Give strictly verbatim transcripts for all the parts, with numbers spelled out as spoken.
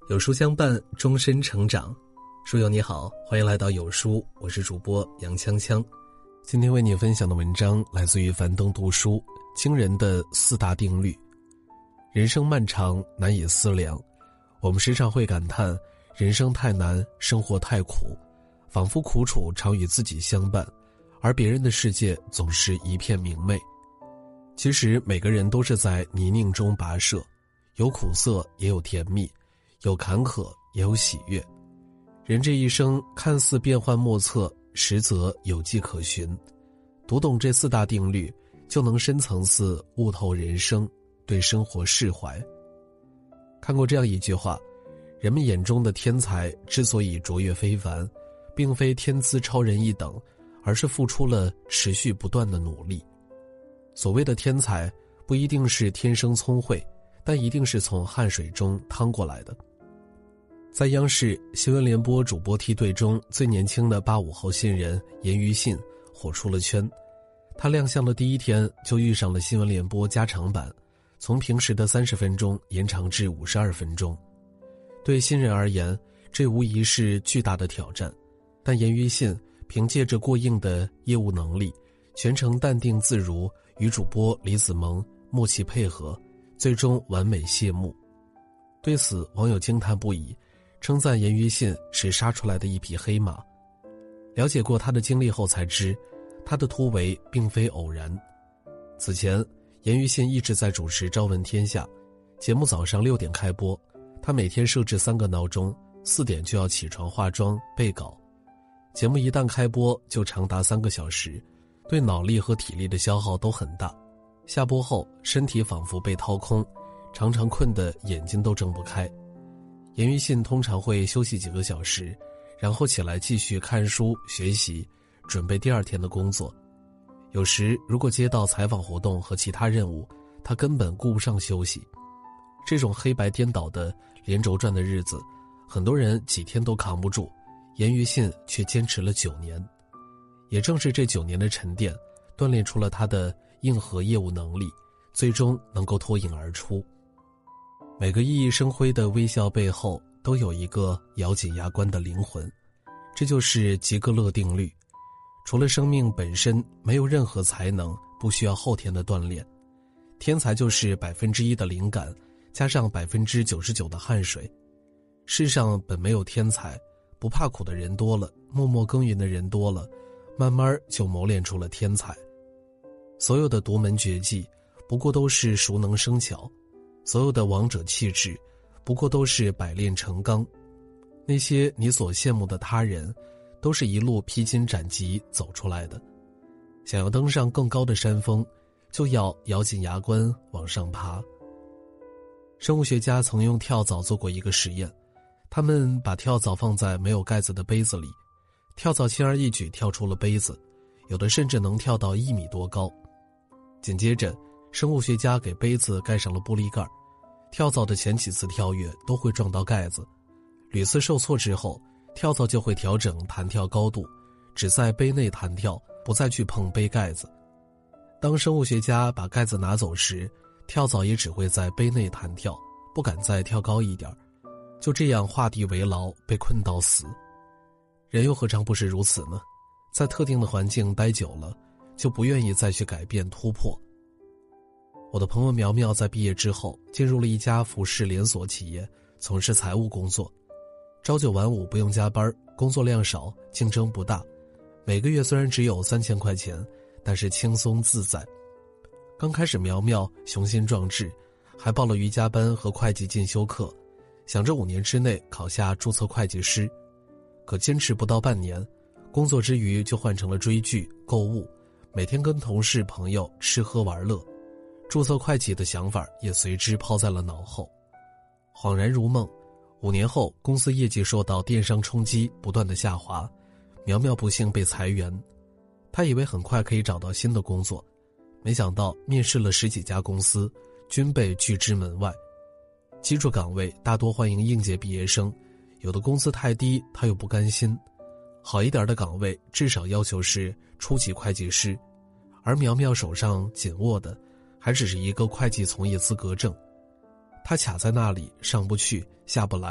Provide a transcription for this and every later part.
有书相伴，终身成长。书友你好，欢迎来到有书，我是主播杨锵锵。今天为你分享的文章来自于樊登读书，惊人的四大定律。人生漫长，难以思量，我们时常会感叹人生太难，生活太苦，仿佛苦楚常与自己相伴，而别人的世界总是一片明媚。其实每个人都是在泥泞中跋涉，有苦涩也有甜蜜，有坎坷也有喜悦。人这一生看似变幻莫测，实则有迹可循。读懂这四大定律，就能深层次悟透人生，对生活释怀。看过这样一句话，人们眼中的天才之所以卓越非凡，并非天资超人一等，而是付出了持续不断的努力。所谓的天才，不一定是天生聪慧，但一定是从汗水中趟过来的。在央视新闻联播主播梯队中，最年轻的八五后新人严于信火出了圈。他亮相的第一天就遇上了新闻联播加长版，从平时的三十分钟延长至五十二分钟。对新人而言，这无疑是巨大的挑战，但严于信凭借着过硬的业务能力，全程淡定自如，与主播李子萌默契配合，最终完美谢幕。对此网友惊叹不已，称赞严于信是杀出来的一匹黑马。了解过他的经历后才知，他的突围并非偶然。此前严于信一直在主持《朝闻天下》，节目早上六点开播，他每天设置三个闹钟，四点就要起床化妆背稿。节目一旦开播就长达三个小时，对脑力和体力的消耗都很大。下播后身体仿佛被掏空，常常困得眼睛都睁不开。严于信通常会休息几个小时，然后起来继续看书学习，准备第二天的工作。有时如果接到采访活动和其他任务，他根本顾不上休息。这种黑白颠倒的连轴转的日子，很多人几天都扛不住，严于信却坚持了九年。也正是这九年的沉淀，锻炼出了他的硬核业务能力，最终能够脱颖而出。每个熠熠生辉的微笑背后，都有一个咬紧牙关的灵魂，这就是吉格勒定律。除了生命本身，没有任何才能不需要后天的锻炼。天才就是百分之一的灵感，加上百分之九十九的汗水。世上本没有天才，不怕苦的人多了，默默耕耘的人多了，慢慢就磨练出了天才。所有的独门绝技，不过都是熟能生巧。所有的王者气质，不过都是百炼成钢。那些你所羡慕的他人，都是一路披荆斩棘走出来的。想要登上更高的山峰，就要咬紧牙关往上爬。生物学家曾用跳蚤做过一个实验，他们把跳蚤放在没有盖子的杯子里，跳蚤轻而易举跳出了杯子，有的甚至能跳到一米多高。紧接着生物学家给杯子盖上了玻璃盖，跳蚤的前几次跳跃都会撞到盖子，屡次受挫之后，跳蚤就会调整弹跳高度，只在杯内弹跳，不再去碰杯盖子。当生物学家把盖子拿走时，跳蚤也只会在杯内弹跳，不敢再跳高一点，就这样画地为牢，被困到死。人又何尝不是如此呢？在特定的环境待久了，就不愿意再去改变突破。我的朋友苗苗在毕业之后进入了一家服饰连锁企业，从事财务工作。朝九晚五不用加班，工作量少，竞争不大，每个月虽然只有三千块钱，但是轻松自在。刚开始苗苗雄心壮志，还报了瑜伽班和会计进修课，想着五年之内考下注册会计师。可坚持不到半年，工作之余就换成了追剧、购物，每天跟同事朋友吃喝玩乐，注册会计的想法也随之抛在了脑后。恍然如梦，五年后公司业绩受到电商冲击，不断的下滑，苗苗不幸被裁员。他以为很快可以找到新的工作，没想到面试了十几家公司，均被拒之门外。基础岗位大多欢迎应届毕业生，有的工资太低，他又不甘心。好一点的岗位至少要求是初级会计师，而苗苗手上紧握的还只是一个会计从业资格证。他卡在那里，上不去下不来，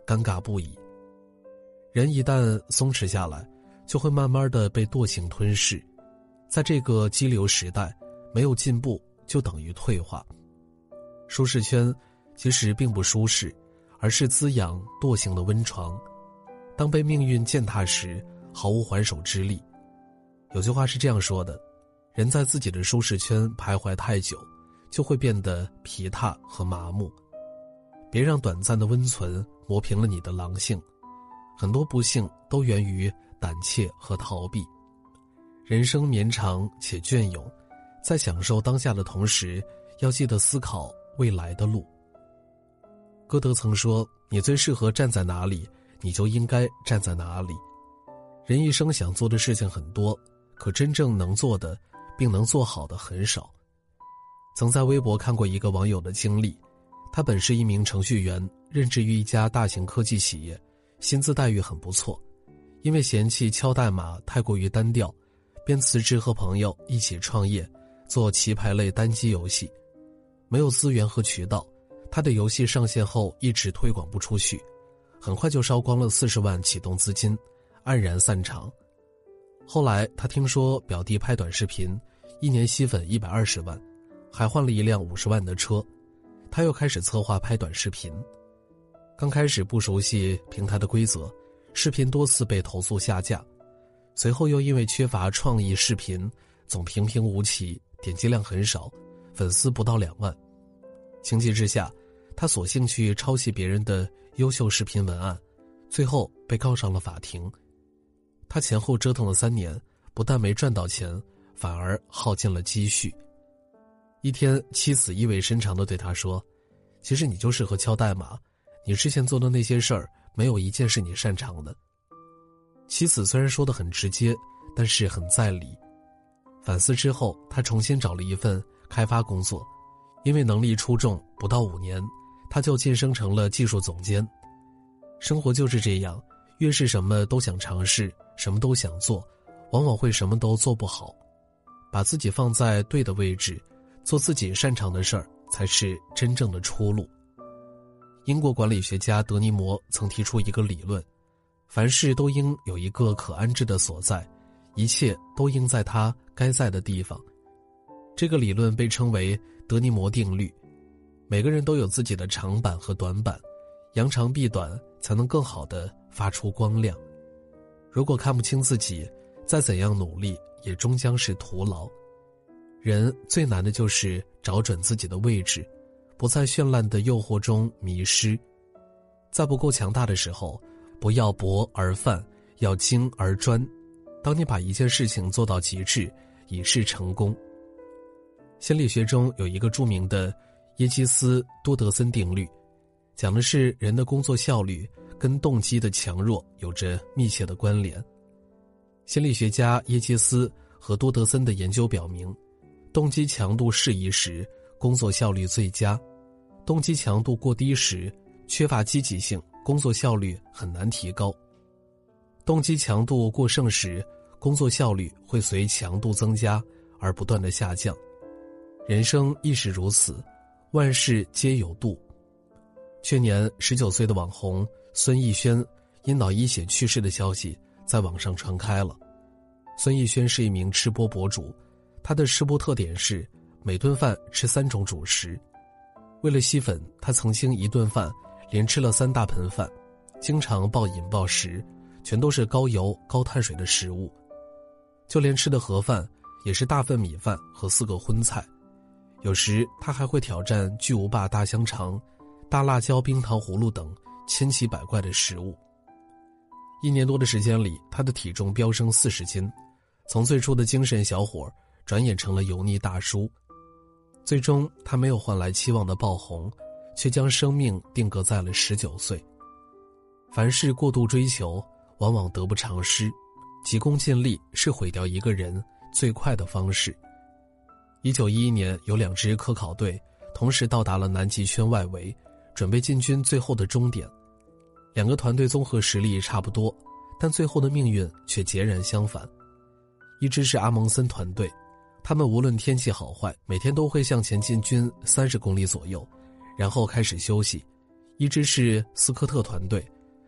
尴尬不已。人一旦松弛下来，就会慢慢的被惰性吞噬。在这个激流时代，没有进步就等于退化。舒适圈其实并不舒适，而是滋养惰性的温床。当被命运践踏时，毫无还手之力。有句话是这样说的，人在自己的舒适圈徘徊太久，就会变得疲沓和麻木。别让短暂的温存磨平了你的狼性。很多不幸都源于胆怯和逃避。人生绵长且隽永，在享受当下的同时，要记得思考未来的路。歌德曾说，你最适合站在哪里，你就应该站在哪里。人一生想做的事情很多，可真正能做的并能做好的很少。曾在微博看过一个网友的经历，他本是一名程序员，任职于一家大型科技企业，薪资待遇很不错。因为嫌弃敲代码太过于单调，便辞职和朋友一起创业，做棋牌类单机游戏。没有资源和渠道，他的游戏上线后一直推广不出去，很快就烧光了四十万启动资金，黯然散场。后来他听说表弟拍短视频，一年吸粉一百二十万，还换了一辆五十万的车，他又开始策划拍短视频。刚开始不熟悉平台的规则，视频多次被投诉下架，随后又因为缺乏创意视频，总平平无奇，点击量很少，粉丝不到两万。情急之下，他索性去抄袭别人的优秀视频文案，最后被告上了法庭。他前后折腾了三年，不但没赚到钱，反而耗尽了积蓄。一天，妻子意味深长地对他说，其实你就适合敲代码，你之前做的那些事儿，没有一件是你擅长的。妻子虽然说得很直接，但是很在理。反思之后，他重新找了一份开发工作，因为能力出众，不到五年，他就晋升成了技术总监。生活就是这样，越是什么都想尝试，什么都想做，往往会什么都做不好。把自己放在对的位置，做自己擅长的事儿，才是真正的出路。英国管理学家德尼摩曾提出一个理论，凡事都应有一个可安置的所在，一切都应在它该在的地方。这个理论被称为德尼摩定律。每个人都有自己的长板和短板，扬长避短，才能更好地发出光亮。如果看不清自己，再怎样努力也终将是徒劳。人最难的就是找准自己的位置，不在绚烂的诱惑中迷失。在不够强大的时候，不要薄而泛，要精而专。当你把一件事情做到极致，已是成功。心理学中有一个著名的耶基斯多德森定律，讲的是人的工作效率跟动机的强弱有着密切的关联。心理学家耶基斯和多德森的研究表明，动机强度适宜时，工作效率最佳；动机强度过低时，缺乏积极性，工作效率很难提高。动机强度过剩时，工作效率会随强度增加而不断的下降。人生亦是如此，万事皆有度。去年十九岁的网红孙艺轩因脑溢血去世的消息在网上传开了。孙艺轩是一名吃播博主，他的吃播特点是每顿饭吃三种主食。为了吸粉，他曾经一顿饭连吃了三大盆饭，经常暴饮暴食，全都是高油高碳水的食物。就连吃的盒饭也是大份米饭和四个荤菜。有时他还会挑战巨无霸大香肠、大辣椒冰糖葫芦等千奇百怪的食物。一年多的时间里，他的体重飙升四十斤，从最初的精神小伙转眼成了油腻大叔。最终他没有换来期望的爆红，却将生命定格在了十九岁。凡事过度追求，往往得不偿失，急功近利是毁掉一个人最快的方式。一九一一年，有两支科考队同时到达了南极圈外围，准备进军最后的终点。两个团队综合实力差不多，但最后的命运却截然相反。一支是阿蒙森团队，他们无论天气好坏，每天都会向前进军三十公里左右，然后开始休息。一支是斯科特团队，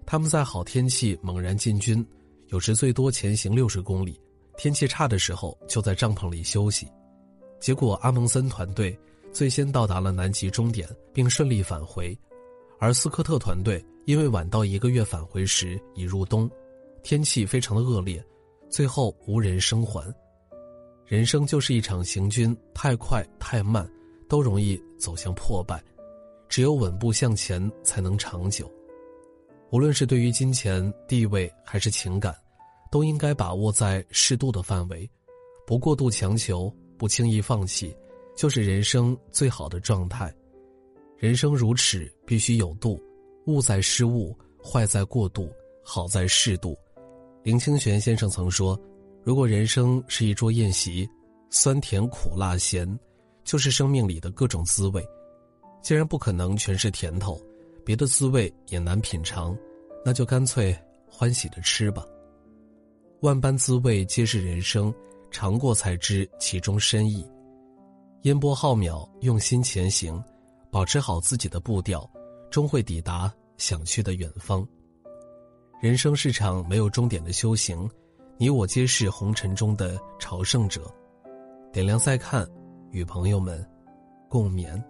他们在好天气猛然进军，有时最多前行六十公里，天气差的时候就在帐篷里休息。结果阿蒙森团队最先到达了南极终点，并顺利返回，而斯科特团队因为晚到一个月返回时已入冬，天气非常的恶劣，最后无人生还。人生就是一场行军，太快太慢都容易走向破败，只有稳步向前才能长久。无论是对于金钱、地位还是情感，都应该把握在适度的范围，不过度强求，不轻易放弃，就是人生最好的状态。人生如尺，必须有度，误在失误，坏在过度，好在适度。林清玄先生曾说，如果人生是一桌宴席，酸甜苦辣咸就是生命里的各种滋味，既然不可能全是甜头，别的滋味也难品尝，那就干脆欢喜的吃吧。万般滋味皆是人生，尝过才知其中深意。烟波浩渺，用心前行，保持好自己的步调，终会抵达想去的远方。人生是场没有终点的修行，你我皆是红尘中的朝圣者。点亮再看，与朋友们共勉。